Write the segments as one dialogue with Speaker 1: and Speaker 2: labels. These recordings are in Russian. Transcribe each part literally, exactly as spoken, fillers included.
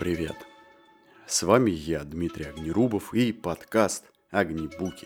Speaker 1: Привет! С вами я, Дмитрий Огнерубов, и подкаст «Огнебуки».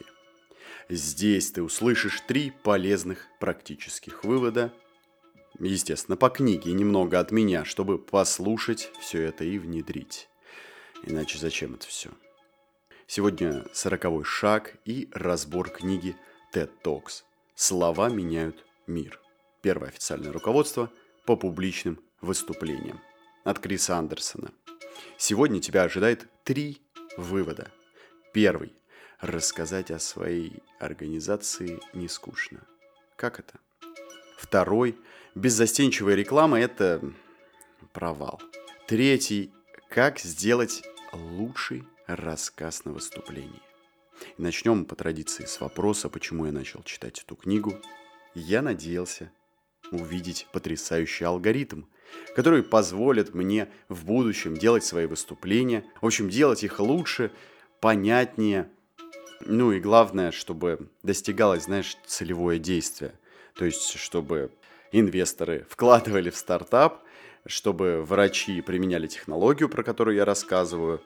Speaker 1: Здесь ты услышишь три полезных практических вывода, естественно, по книге и немного от меня, чтобы послушать все это и внедрить. Иначе зачем это все? Сегодня сороковой шаг и разбор книги TED Talks «Слова меняют мир». Первое официальное руководство по публичным выступлениям от Криса Андерсона. Сегодня тебя ожидает три вывода. Первый. Рассказать о своей организации не скучно. Как это? Второй. Беззастенчивая реклама – это провал. Третий. Как сделать лучший рассказ на выступлении. И начнем по традиции с вопроса, почему я начал читать эту книгу. Я надеялся увидеть потрясающий алгоритм, который позволит мне в будущем делать свои выступления, в общем, делать их лучше, понятнее, ну и главное, чтобы достигалось, знаешь, целевое действие, то есть, чтобы инвесторы вкладывали в стартап, чтобы врачи применяли технологию, про которую я рассказываю,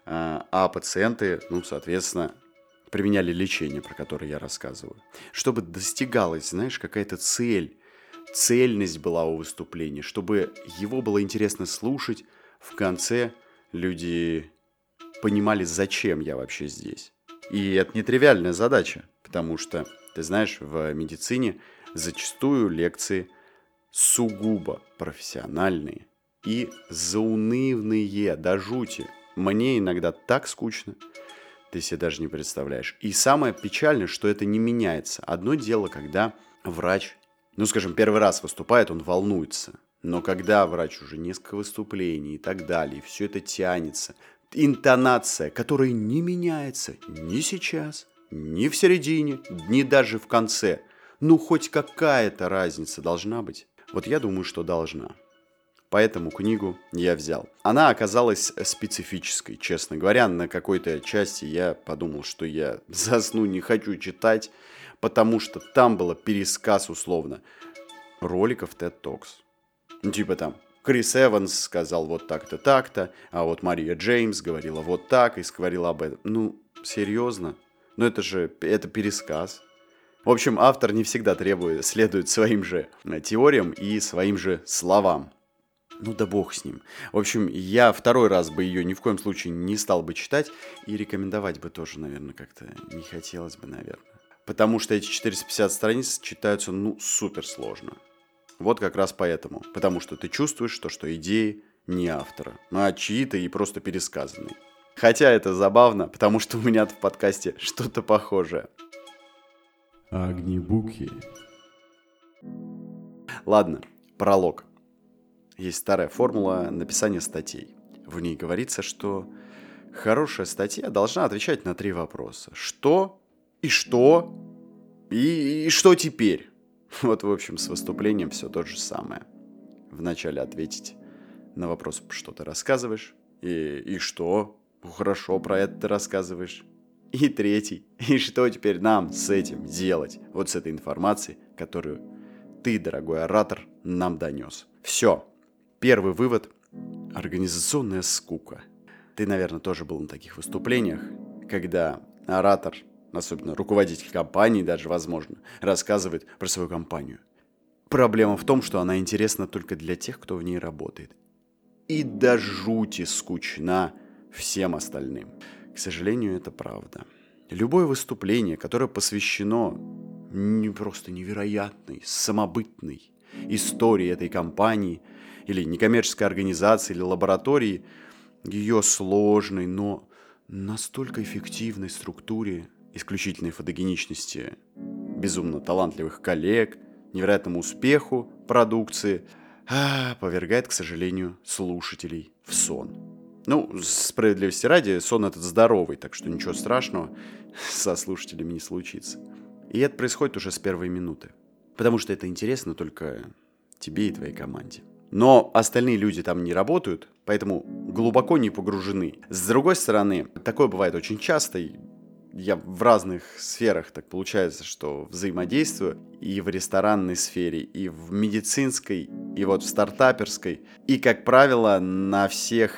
Speaker 1: а пациенты, ну, соответственно, применяли лечение, про которое я рассказываю, чтобы достигалась, знаешь, какая-то цель, цельность была у выступления, чтобы его было интересно слушать. В конце люди понимали, зачем я вообще здесь. И это нетривиальная задача, потому что, ты знаешь, в медицине зачастую лекции сугубо профессиональные и заунывные, до жути. Мне иногда так скучно, ты себе даже не представляешь. И самое печальное, что это не меняется. Одно дело, когда врач... Ну, скажем, первый раз выступает, он волнуется. Но когда врач уже несколько выступлений и так далее, и все это тянется, интонация, которая не меняется ни сейчас, ни в середине, ни даже в конце. Ну, хоть какая-то разница должна быть. Вот я думаю, что должна. Поэтому книгу я взял. Она оказалась специфической, честно говоря. На какой-то части я подумал, что я засну, не хочу читать, потому что там был пересказ, условно, роликов TED Talks. Ну, типа там, Крис Эванс сказал вот так-то, так-то, а вот Мария Джеймс говорила вот так и говорила об этом. Ну, серьезно? Ну, это же, это пересказ. В общем, автор не всегда требует, следует своим же теориям и своим же словам. Ну да бог с ним. В общем, я второй раз бы ее ни в коем случае не стал бы читать, и рекомендовать бы тоже, наверное, как-то не хотелось бы, наверное. Потому что эти четыреста пятьдесят страниц читаются, ну, супер сложно. Вот как раз поэтому. Потому что ты чувствуешь, что, что идеи не автора, а чьи-то и просто пересказанные. Хотя это забавно, потому что у меня в подкасте что-то похожее. Огнебуки. Ладно, пролог. Есть старая формула написания статей. В ней говорится, что хорошая статья должна отвечать на три вопроса. Что? И что? И, и что теперь? Вот, в общем, с выступлением все то же самое. Вначале ответить на вопрос, что ты рассказываешь. И, и что? Хорошо, про это ты рассказываешь. И третий. И что теперь нам с этим делать? Вот с этой информацией, которую ты, дорогой оратор, нам донес. Все. Первый вывод – организационная скука. Ты, наверное, тоже был на таких выступлениях, когда оратор, особенно руководитель компании даже, возможно, рассказывает про свою компанию. Проблема в том, что она интересна только для тех, кто в ней работает. И до жути скучна всем остальным. К сожалению, это правда. Любое выступление, которое посвящено не просто невероятной, самобытной истории этой компании, или некоммерческой организации, или лаборатории, ее сложной, но настолько эффективной структуре, исключительной фотогеничности безумно талантливых коллег, невероятному успеху продукции, а, повергает, к сожалению, слушателей в сон. Ну, справедливости ради, сон этот здоровый, так что ничего страшного со слушателями не случится. И это происходит уже с первой минуты, потому что это интересно только тебе и твоей команде. Но остальные люди там не работают, поэтому глубоко не погружены. С другой стороны, такое бывает очень часто. Я в разных сферах так получается, что взаимодействую. И в ресторанной сфере, и в медицинской, и вот в стартаперской. И, как правило, на всех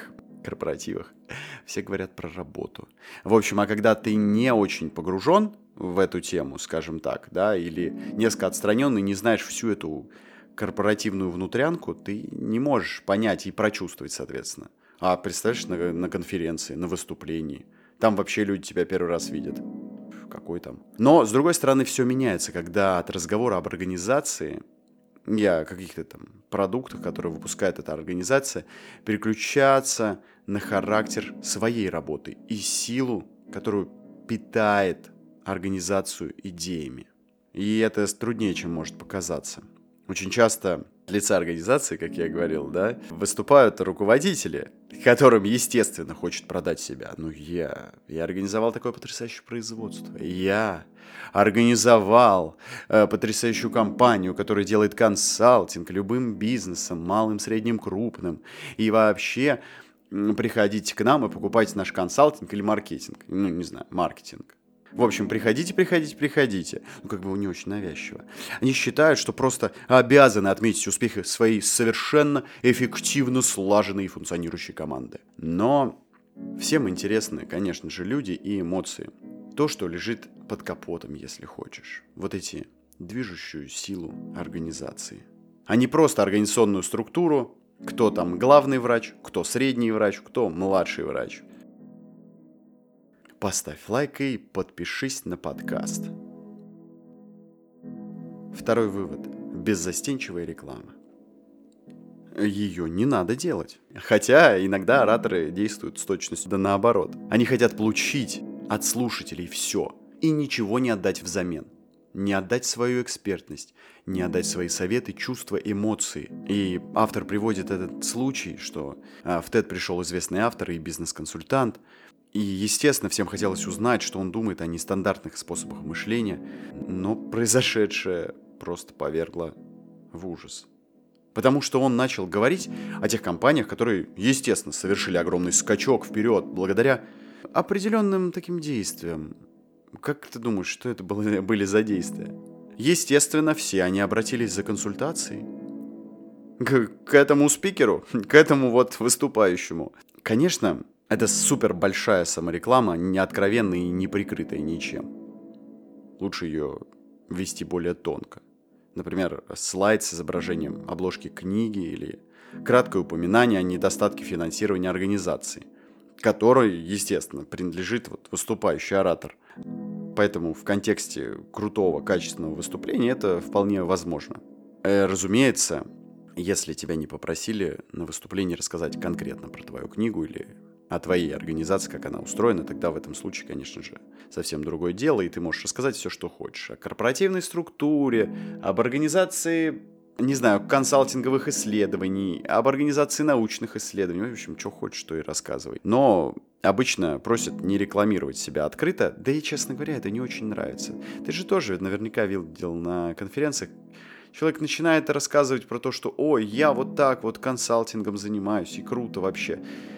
Speaker 1: корпоративах. Все говорят про работу. В общем, а когда ты не очень погружен в эту тему, скажем так, да, или несколько отстранен и не знаешь всю эту корпоративную внутрянку, ты не можешь понять и прочувствовать, соответственно. А представляешь, на, на конференции, на выступлении, там вообще люди тебя первый раз видят. Какой там? Но, с другой стороны, все меняется, когда от разговора об организации и о каких-то там продуктах, которые выпускает эта организация, переключаться на характер своей работы и силу, которую питает организацию идеями. И это труднее, чем может показаться. Очень часто от лица организации, как я говорил, да, выступают руководители, которым, естественно, хочет продать себя. Ну, я, я организовал такое потрясающее производство. Я организовал э, потрясающую компанию, которая делает консалтинг любым бизнесом, малым, средним, крупным. И вообще м, приходите к нам и покупайте наш консалтинг или маркетинг. Ну, не знаю, маркетинг. В общем, приходите, приходите, приходите. Ну, как бы не очень навязчиво. Они считают, что просто обязаны отметить успехи своей совершенно эффективно слаженной и функционирующей команды. Но всем интересны, конечно же, люди и эмоции. То, что лежит под капотом, если хочешь. Вот эти движущую силу организации. А не просто организационную структуру, кто там главный врач, кто средний врач, кто младший врач. Поставь лайк и подпишись на подкаст. Второй вывод. Беззастенчивая реклама. Ее не надо делать. Хотя иногда ораторы действуют с точностью да наоборот. Они хотят получить от слушателей все и ничего не отдать взамен. Не отдать свою экспертность, не отдать свои советы, чувства, эмоции. И автор приводит этот случай, что в TED пришел известный автор и бизнес-консультант. И, естественно, всем хотелось узнать, что он думает о нестандартных способах мышления, но произошедшее просто повергло в ужас. Потому что он начал говорить о тех компаниях, которые, естественно, совершили огромный скачок вперед благодаря определенным таким действиям. Как ты думаешь, что это было, были за действия? Естественно, все они обратились за консультацией к, к этому спикеру, к этому вот выступающему. Конечно, это супер большая самореклама, не откровенная и не прикрытая ничем. Лучше ее вести более тонко. Например, слайд с изображением обложки книги или краткое упоминание о недостатке финансирования организации, которой, естественно, принадлежит вот выступающий оратор. Поэтому в контексте крутого, качественного выступления это вполне возможно. Э, разумеется, если тебя не попросили на выступлении рассказать конкретно про твою книгу или о твоей организации, как она устроена, тогда в этом случае, конечно же, совсем другое дело, и ты можешь рассказать все, что хочешь. О корпоративной структуре, об организации, не знаю, консалтинговых исследований, об организации научных исследований. В общем, что хочешь, то и рассказывай. Но обычно просят не рекламировать себя открыто, да и, честно говоря, это не очень нравится. Ты же тоже наверняка видел на конференциях, человек начинает рассказывать про то, что «Ой, я вот так вот консалтингом занимаюсь, и круто вообще».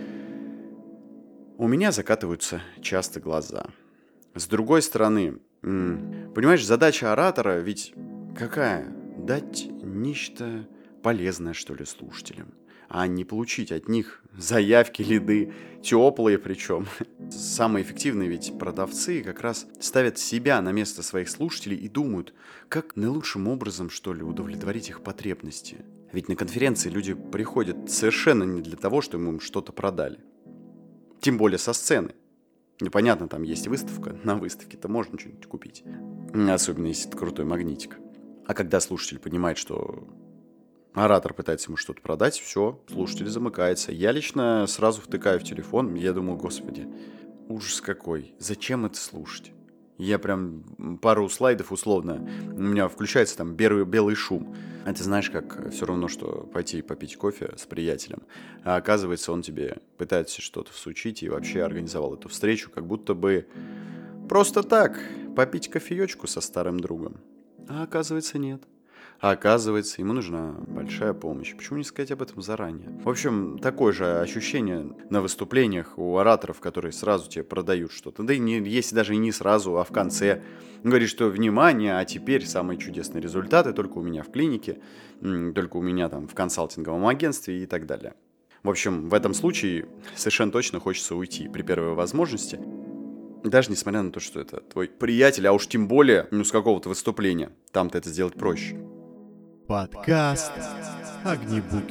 Speaker 1: У меня закатываются часто глаза. С другой стороны, понимаешь, задача оратора ведь какая? Дать нечто полезное, что ли, слушателям, а не получить от них заявки, лиды, теплые причем. Самые эффективные ведь продавцы как раз ставят себя на место своих слушателей и думают, как наилучшим образом, что ли, удовлетворить их потребности. Ведь на конференции люди приходят совершенно не для того, чтобы им что-то продали. Тем более со сцены. Непонятно, там есть выставка, на выставке-то можно что-нибудь купить. Особенно если это крутой магнитик. А когда слушатель понимает, что оратор пытается ему что-то продать, все, слушатель замыкается. Я лично сразу втыкаю в телефон, я думаю, господи, ужас какой, зачем это слушать? Я прям пару слайдов условно, у меня включается там белый, белый шум. Это знаешь, как все равно, что пойти попить кофе с приятелем. А оказывается, он тебе пытается что-то всучить и вообще организовал эту встречу, как будто бы просто так, попить кофеечку со старым другом. А оказывается, нет. А оказывается, ему нужна большая помощь. Почему не сказать об этом заранее? В общем, такое же ощущение на выступлениях у ораторов, которые сразу тебе продают что-то. Да и не, если даже и не сразу, а в конце. Говорит, что внимание, а теперь самые чудесные результаты только у меня в клинике, только у меня там в консалтинговом агентстве и так далее. В общем, в этом случае совершенно точно хочется уйти при первой возможности. Даже несмотря на то, что это твой приятель, а уж тем более ну, с какого-то выступления. Там-то это сделать проще.
Speaker 2: Подкаст «Огнебуки».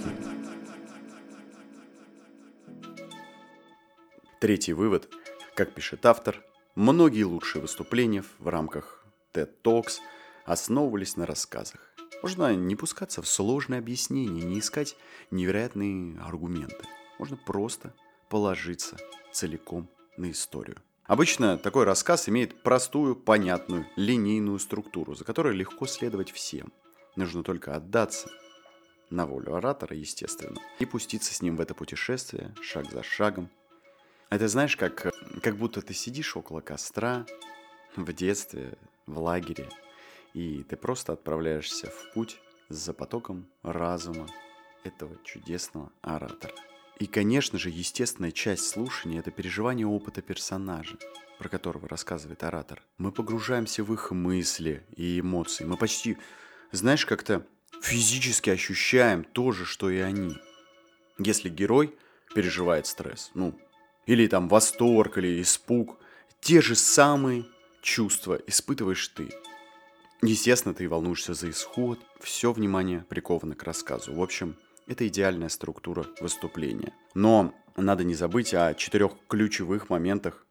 Speaker 1: Третий вывод. Как пишет автор, многие лучшие выступления в рамках TED Talks основывались на рассказах. Можно не пускаться в сложные объяснения, не искать невероятные аргументы. Можно просто положиться целиком на историю. Обычно такой рассказ имеет простую, понятную, линейную структуру, за которой легко следовать всем. Нужно только отдаться на волю оратора, естественно, и пуститься с ним в это путешествие шаг за шагом. Это знаешь, как, как будто ты сидишь около костра в детстве, в лагере, и ты просто отправляешься в путь за потоком разума этого чудесного оратора. И, конечно же, естественная часть слушания – это переживание опыта персонажа, про которого рассказывает оратор. Мы погружаемся в их мысли и эмоции. Мы почти, знаешь, как-то физически ощущаем то же, что и они. Если герой переживает стресс, ну, или там восторг, или испуг, те же самые чувства испытываешь ты. Естественно, ты волнуешься за исход, все внимание приковано к рассказу. В общем, это идеальная структура выступления. Но надо не забыть о четырех ключевых моментах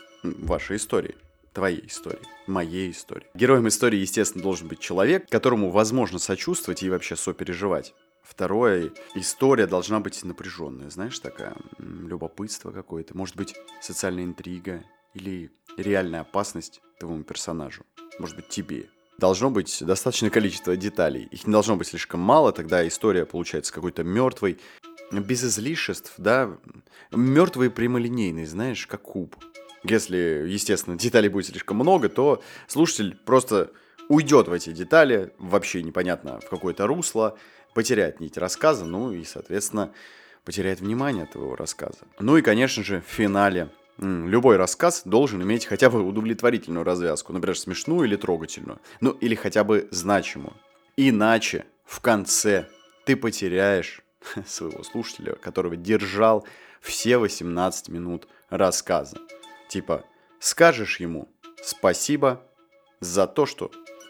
Speaker 1: вашей истории, твоей истории, моей истории. Героем истории, естественно, должен быть человек, которому возможно сочувствовать и вообще сопереживать. Второе, история должна быть напряженная, знаешь, такая, любопытство какое-то, может быть, социальная интрига или реальная опасность твоему персонажу, может быть, тебе. Должно быть достаточное количество деталей. Их не должно быть слишком мало, тогда история получается какой-то мертвой, без излишеств, да, мертвый и прямолинейный, знаешь, как куб. Если, естественно, деталей будет слишком много, то слушатель просто уйдет в эти детали, вообще непонятно в какое-то русло, потеряет нить рассказа, ну и, соответственно, потеряет внимание от твоего рассказа. Ну и, конечно же, в финале любой рассказ должен иметь хотя бы удовлетворительную развязку, например, смешную или трогательную, ну или хотя бы значимую. Иначе в конце ты потеряешь своего слушателя, которого держал все восемнадцать минут рассказа. Типа, скажешь ему спасибо за то, что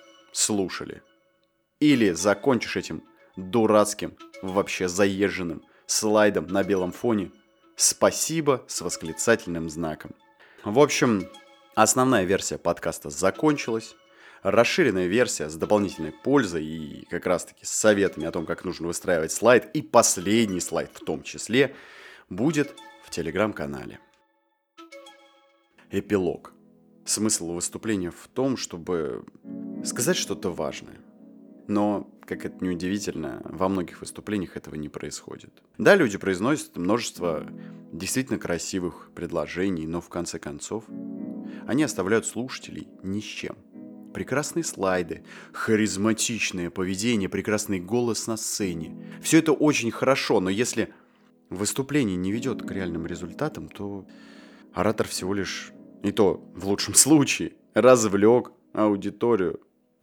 Speaker 1: слушали. Или закончишь этим дурацким, вообще заезженным слайдом на белом фоне «Спасибо» с восклицательным знаком. В общем, основная версия подкаста закончилась. Расширенная версия с дополнительной пользой и как раз-таки с советами о том, как нужно выстраивать слайд, и последний слайд в том числе, будет в телеграм-канале. Эпилог. Смысл выступления в том, чтобы сказать что-то важное. Но, как это неудивительно, во многих выступлениях этого не происходит. Да, люди произносят множество действительно красивых предложений, но в конце концов они оставляют слушателей ни с чем. Прекрасные слайды, харизматичное поведение, прекрасный голос на сцене. Все это очень хорошо, но если выступление не ведет к реальным результатам, то оратор всего лишь, и то в лучшем случае, развлек аудиторию.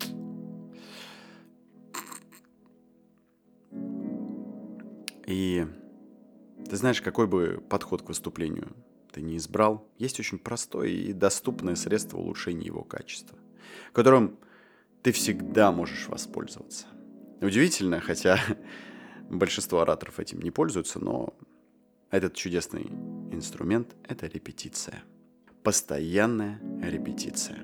Speaker 1: И ты знаешь, какой бы подход к выступлению ты ни избрал, есть очень простое и доступное средство улучшения его качества, которым ты всегда можешь воспользоваться. Удивительно, хотя большинство ораторов этим не пользуются, но этот чудесный инструмент – это репетиция. Постоянная репетиция.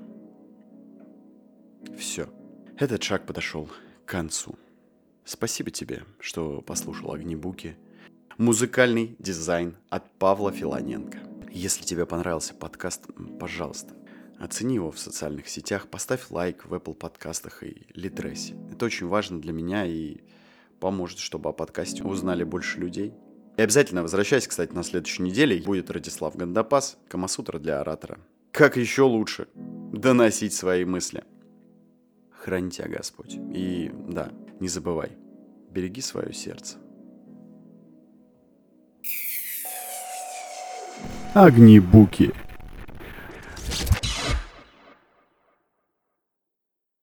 Speaker 1: Все. Этот шаг подошел к концу. Спасибо тебе, что послушал «Огнебуки». Музыкальный дизайн от Павла Филоненко. Если тебе понравился подкаст, пожалуйста, оцени его в социальных сетях, поставь лайк в Apple подкастах и Литресе. Это очень важно для меня и поможет, чтобы о подкасте узнали больше людей. И обязательно возвращайся, кстати, на следующей неделе. Будет Радислав Гандапас, Камасутра для оратора. Как еще лучше доносить свои мысли. Храни тебя Господь. И да, не забывай, береги свое сердце.
Speaker 2: Огнебуки.